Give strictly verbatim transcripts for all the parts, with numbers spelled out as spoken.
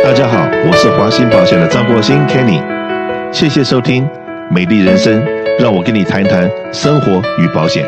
大家好，我是华兴保险的张国兴 Kenny， 谢谢收听美丽人生，让我跟你谈谈生活与保险。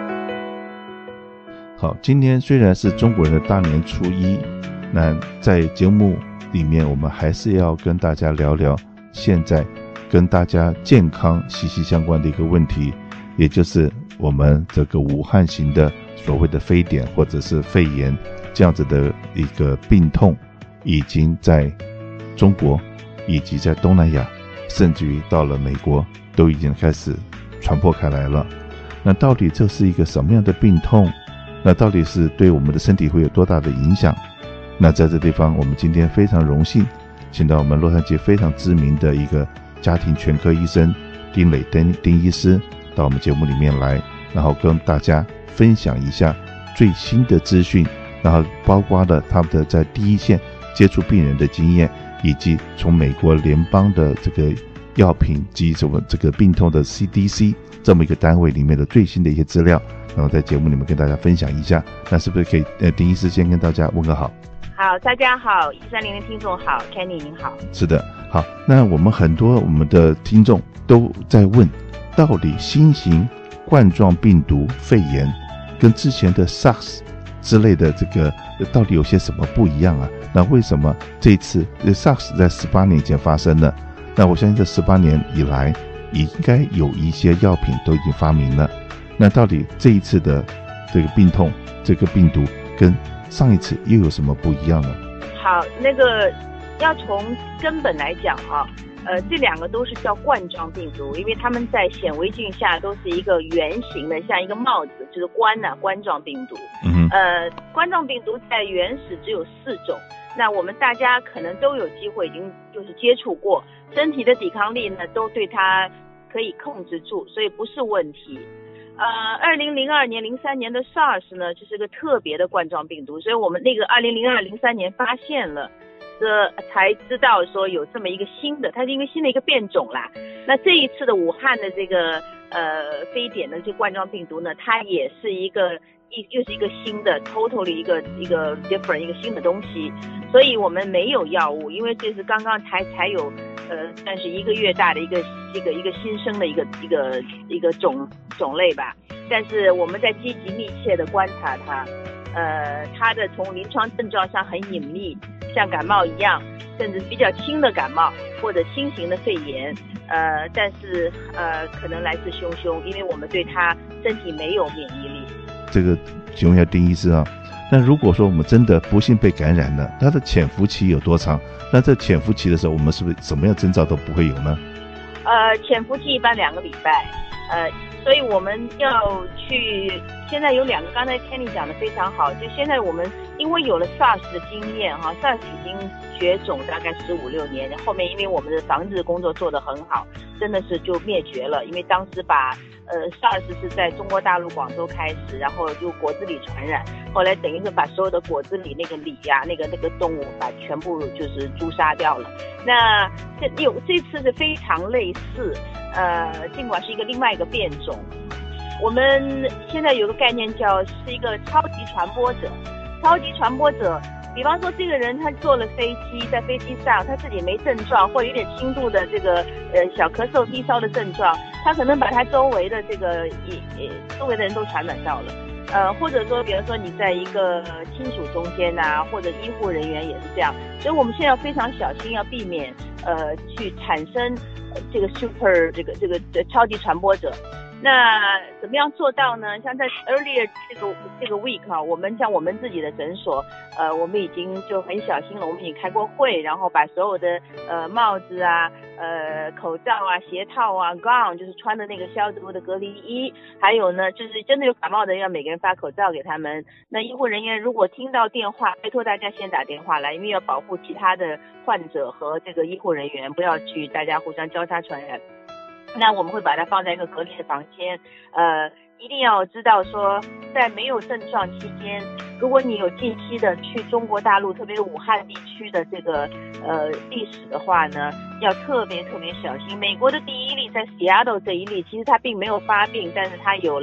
好，今天虽然是中国人的大年初一，那在节目里面我们还是要跟大家聊聊现在跟大家健康息息相关的一个问题，也就是我们这个武汉型的所谓的非典或者是肺炎这样子的一个病痛，已经在中国以及在东南亚甚至于到了美国都已经开始传播开来了。那到底这是一个什么样的病痛？那到底是对我们的身体会有多大的影响？那在这地方我们今天非常荣幸请到我们洛杉矶非常知名的一个家庭全科医生丁磊丁丁医师到我们节目里面来，然后跟大家分享一下最新的资讯，然后包括了他们的在第一线接触病人的经验，以及从美国联邦的这个药品及什么这个病痛的 C D C 这么一个单位里面的最新的一些资料，然后在节目里面跟大家分享一下。那是不是可以呃丁医师先跟大家问个好？ 好，大家好，一三零的听众好 ，Kenny 您好。 是的，好，那我们很多我们的听众都在问，到底新型冠状病毒肺炎跟之前的 SARS 之类的这个到底有些什么不一样啊？那为什么这一次 SARS 在十八年前发生了？那我相信这十八年以来应该有一些药品都已经发明了。那到底这一次的这个病痛这个病毒跟上一次又有什么不一样呢？ 好，那个要从根本来讲啊，呃，这两个都是叫冠状病毒，因为它们在显微镜下都是一个圆形的，像一个帽子，就是冠呐、啊，冠状病毒。嗯，呃，冠状病毒在原始只有四种，那我们大家可能都有机会已经就是接触过，身体的抵抗力呢都对它可以控制住，所以不是问题。呃，二零零二年、零三年的 SARS 呢，就是个特别的冠状病毒，所以我们那个二零零二、零三年发现了，这才知道说有这么一个新的，它是因为新的一个变种啦。那这一次的武汉的这个呃非典的这冠状病毒呢，它也是一个一又是一个新的 totally 一个一个 different 一个新的东西，所以我们没有药物，因为这是刚刚才才有呃算是一个月大的一个一个一个新生的一个一个一个种种类吧。但是我们在积极密切的观察它，呃，它的从临床症状上很隐秘，像感冒一样，甚至比较轻的感冒或者新型的肺炎，呃，但是呃可能来势汹汹，因为我们对它身体没有免疫力。 这个请问一下丁医师啊，那如果说我们真的不幸被感染了，它的潜伏期有多长？那在潜伏期的时候，我们是不是什么样征兆都不会有呢？ 呃，潜伏期一般两个礼拜，呃，所以我们要去。现在有两个，刚才 Kenny 讲的非常好，就现在我们因为有了 SARS 的经验哈 ，SARS 已经绝种大概十五六年，后面因为我们的防治工作做得很好，真的是就灭绝了，因为当时把呃 SARS 是在中国大陆广州开始，然后就果子狸传染，后来等于是把所有的果子狸那个狸呀、啊、那个那个动物把全部就是诛杀掉了。那这有这次是非常类似，呃，尽管是一个另外一个变种。我们现在有个概念叫是一个超级传播者，超级传播者，比方说这个人他坐了飞机，在飞机上他自己没症状，或者有点轻度的这个呃小咳嗽、低烧的症状，他可能把他周围的这个也也周围的人都传染到了，呃，或者说比方说你在一个亲属中间啊，或者医护人员也是这样，所以我们现在要非常小心，要避免呃去产生、呃、这个 super 这个这个超级传播者。那怎么样做到呢？像在 earlier 这个这个 week 啊，我们像我们自己的诊所，呃，我们已经就很小心了，我们已经开过会，然后把所有的呃帽子啊、呃口罩啊、鞋套啊、gown 就是穿的那个消毒的隔离衣，还有呢，就是真的有感冒的人要每个人发口罩给他们。那医护人员如果听到电话，拜托大家先打电话来，因为要保护其他的患者和这个医护人员，不要去大家互相交叉传染。那我们会把它放在一个隔离的房间，呃，一定要知道说，在没有症状期间，如果你有近期的去中国大陆，特别是武汉地区的这个呃历史的话呢，要特别特别小心。美国的第一例在 Seattle 这一例，其实它并没有发病，但是它有了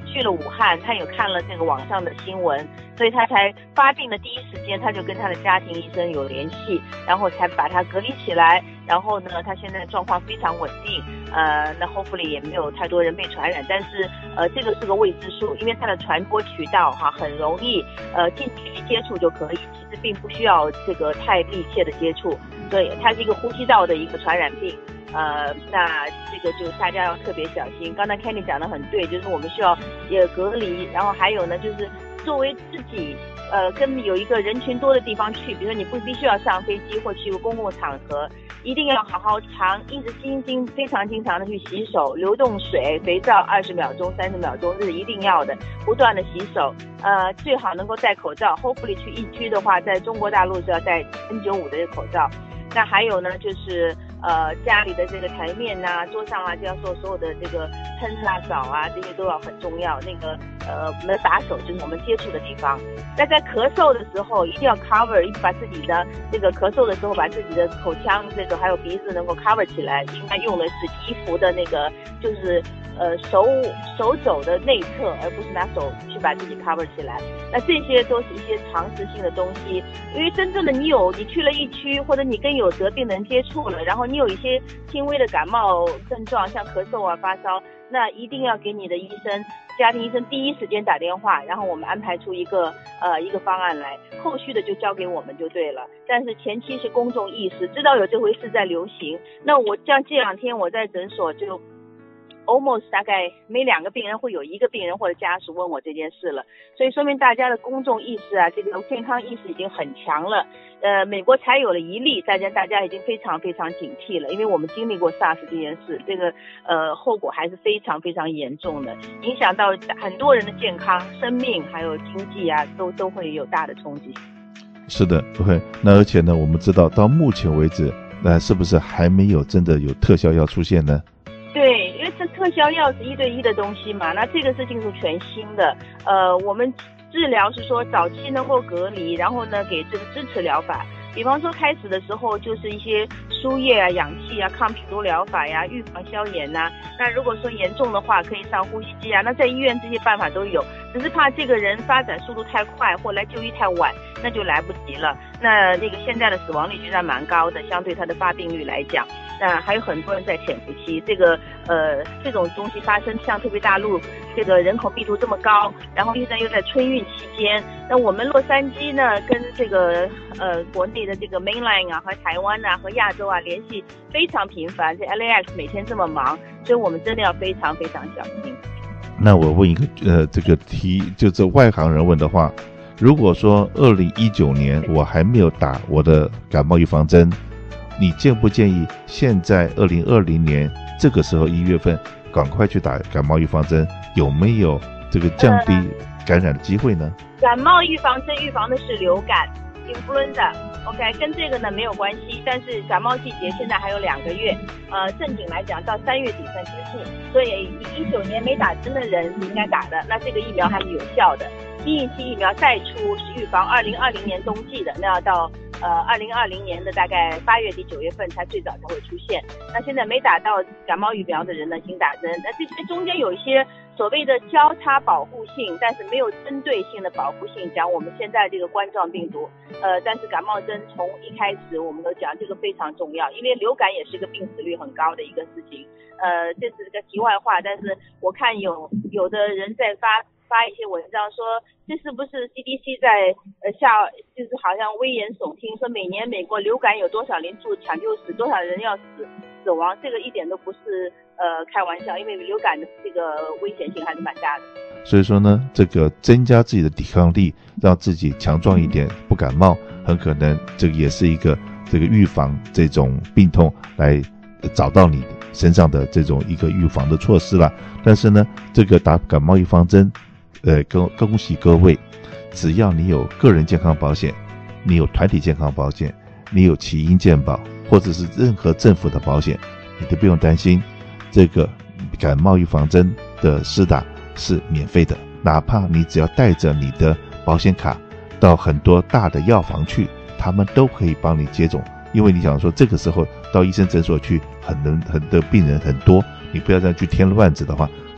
去了武汉，他有看了这个网上的新闻，所以他才发病的第一时间他就跟他的家庭医生有联系，然后才把他隔离起来。然后呢，他现在状况非常稳定，呃，那 hopefully 也没有太多人被传染，但是呃，这个是个未知数，因为它的传播渠道哈很容易，呃，近距离接触就可以，其实并不需要这个太密切的接触，所以它是一个呼吸道的一个传染病。呃，那这个就大家要特别小心。刚才 Kenny 讲的很对，就是我们需要也隔离，然后还有呢，就是作为自己。呃，跟有一个人群多的地方去，比如说你不必须要上飞机或去一个公共场合，一定要好好常一直经经非常经常的去洗手，流动水、肥皂二十秒钟、三十秒钟，这是一定要的，不断的洗手。呃，最好能够戴口罩 ，hopefully 去疫区的话，在中国大陆是要戴 N 九十五 的这个口罩。那还有呢，就是呃家里的这个台面啊、桌上啊，就要做所有的这个喷啊、扫啊，这些都要很重要。那个呃我们的把手就是我们接触的地方。那在咳嗽的时候，一定要 cover， 一直把自己的这个咳嗽的时候，把自己的口腔这个还有鼻子能够 cover 起来。应该用的是衣服的那个就是呃手手肘的内侧，而不是拿手去把自己 cover 起来。那这些都是一些常识性的东西，因为真正的你有你去了疫区，或者你跟有得病的人接触了，然后你有一些轻微的感冒症状，像咳嗽啊、发烧，那一定要给你的医生、家庭医生第一时间打电话，然后我们安排出一个呃一个方案来，后续的就交给我们就对了。但是前期是公众意识，知道有这回事在流行。那我像这两天我在诊所就。almost 大概每两个病人会有一个病人或者家属问我这件事了，所以说明大家的公众意识啊，这个健康意识已经很强了。呃，美国才有了一例，大家大家已经非常非常警惕了，因为我们经历过 SARS 这件事，这个呃后果还是非常非常严重的，影响到很多人的健康、生命还有经济啊，都都会有大的冲击。 是的 ，OK。那而且呢，我们知道到目前为止，那是不是还没有真的有特效药出现呢？ 对，因为这特效药是一对一的东西嘛，那这个是技术全新的。呃，我们治疗是说早期能够隔离，然后呢给这个支持疗法。比方说开始的时候就是一些输液啊、氧气啊、抗病毒疗法呀、预防消炎呐、啊。那如果说严重的话，可以上呼吸机啊。那在医院这些办法都有，只是怕这个人发展速度太快或来就医太晚，那就来不及了。那那个现在的死亡率居然蛮高的，相对它的发病率来讲。那还有很多人在潜伏期，这个呃这种东西发生，像特别大陆这个人口密度这么高，然后现在又在春运期间，那我们洛杉矶呢跟这个呃国内的这个 mainline 啊和台湾啊和亚洲啊联系非常频繁，这 L A X 每天这么忙，所以我们真的要非常非常小心。 那我问一个呃这个题，就是外行人问的话，如果说二零一九年我还没有打我的感冒预防针，你建不建议现在二零二零年这个时候一月份赶快去打感冒预防针？有没有这个降低感染的机会呢？ 感冒预防针预防的是流感 influenza OK 跟这个呢没有关系，但是感冒季节现在还有两个月，呃正经来讲到三月底算结束，所以一九年没打针的人是应该打的，那这个疫苗还是有效的。新一期疫苗再出是预防二零二零年冬季的，那要到呃二零二零年的大概八月底九月份才最早才会出现。那现在没打到感冒疫苗的人呢，请打针。那这些中间有一些所谓的交叉保护性，但是没有针对性的保护性，讲我们现在这个冠状病毒，呃，但是感冒针从一开始我们都讲这个非常重要，因为流感也是个病死率很高的一个事情。呃，这是个题外话，但是我看有有的人在发。发一些文章说这是不是 C D C 在呃下就是好像危言耸听，说每年美国流感有多少人住抢救死，多少人要死死亡，这个一点都不是呃开玩笑，因为流感的这个危险性还是蛮大的。 所以说呢，这个增加自己的抵抗力，让自己强壮一点，不感冒，很可能这个也是一个这个预防这种病痛来找到你身上的这种一个预防的措施了。但是呢，这个打感冒预防针。呃，恭恭喜各位，只要你有个人健康保险，你有团体健康保险，你有奇英健保，或者是任何政府的保险，你都不用担心，这个感冒预防针的施打是免费的，哪怕你只要带着你的保险卡到很多大的药房去，他们都可以帮你接种。因为你想说这个时候到医生诊所去，很能很的病人很多，你不要再去添乱子的话，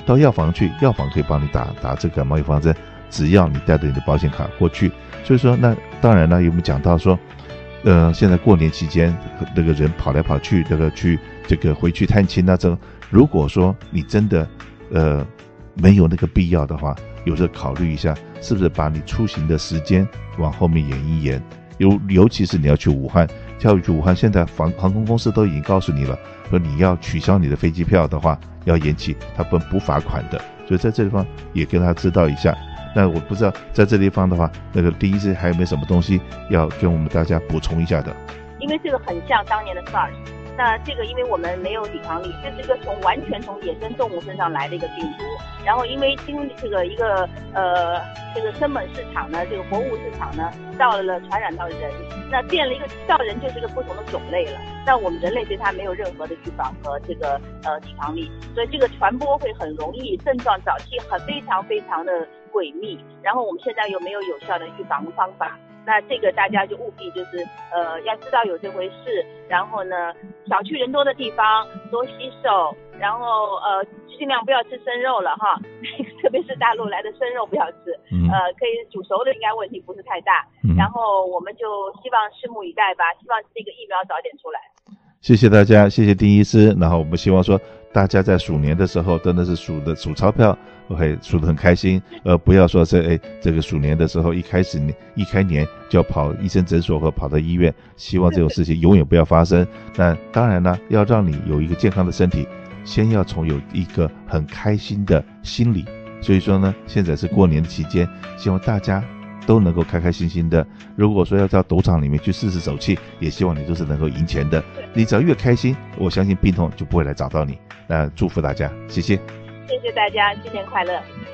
到药房去，药房可以帮你打打这个感冒预防针，只要你带着你的保险卡过去。所以说，那当然呢，有没有讲到说，呃，现在过年期间那个人跑来跑去，这个去这个回去探亲那种，如果说你真的呃没有那个必要的话，有时候考虑一下，是不是把你出行的时间往后面延一延。尤尤其是你要去武汉，要去武汉，现在航航空公司都已经告诉你了，说你要取消你的飞机票的话，要延期，他不不罚款的。所以在这地方也跟他知道一下。那我不知道在这地方的话，那个第一次还有没有什么东西要跟我们大家补充一下的？ 因为这个很像当年的 SARS。那这个因为我们没有抵抗力，这是一个从完全从野生动物身上来的一个病毒，然后因为经这个一个呃这个生本市场呢，这个活物市场呢，到了传染到人，那变了一个到人就是一个不同的种类了。那我们人类对它没有任何的预防和这个呃抵抗力，所以这个传播会很容易，症状早期很非常非常的诡秘，然后我们现在又没有有效的预防方法。那这个大家就务必就是呃要知道有这回事，然后呢少去人多的地方，多洗手，然后呃尽量不要吃生肉了哈，特别是大陆来的生肉不要吃， 嗯、 呃可以煮熟的应该问题不是太大、嗯、然后我们就希望拭目以待吧，希望这个疫苗早点出来。 谢谢大家，谢谢丁医师。然后我们希望说大家在鼠年的时候真的是数的数钞票，OK， 数得很开心，呃，不要说这哎这个鼠年的时候一开始一开年就要跑医生诊所和跑到医院，希望这种事情永远不要发生。那当然呢，要让你有一个健康的身体，先要从有一个很开心的心理。所以说呢，现在是过年的期间，希望大家都能够开开心心的。如果说要到赌场里面去试试手气，也希望你都是能够赢钱的。你只要越开心，我相信病痛就不会来找到你。那祝福大家，谢谢。 谢谢大家，新年快乐。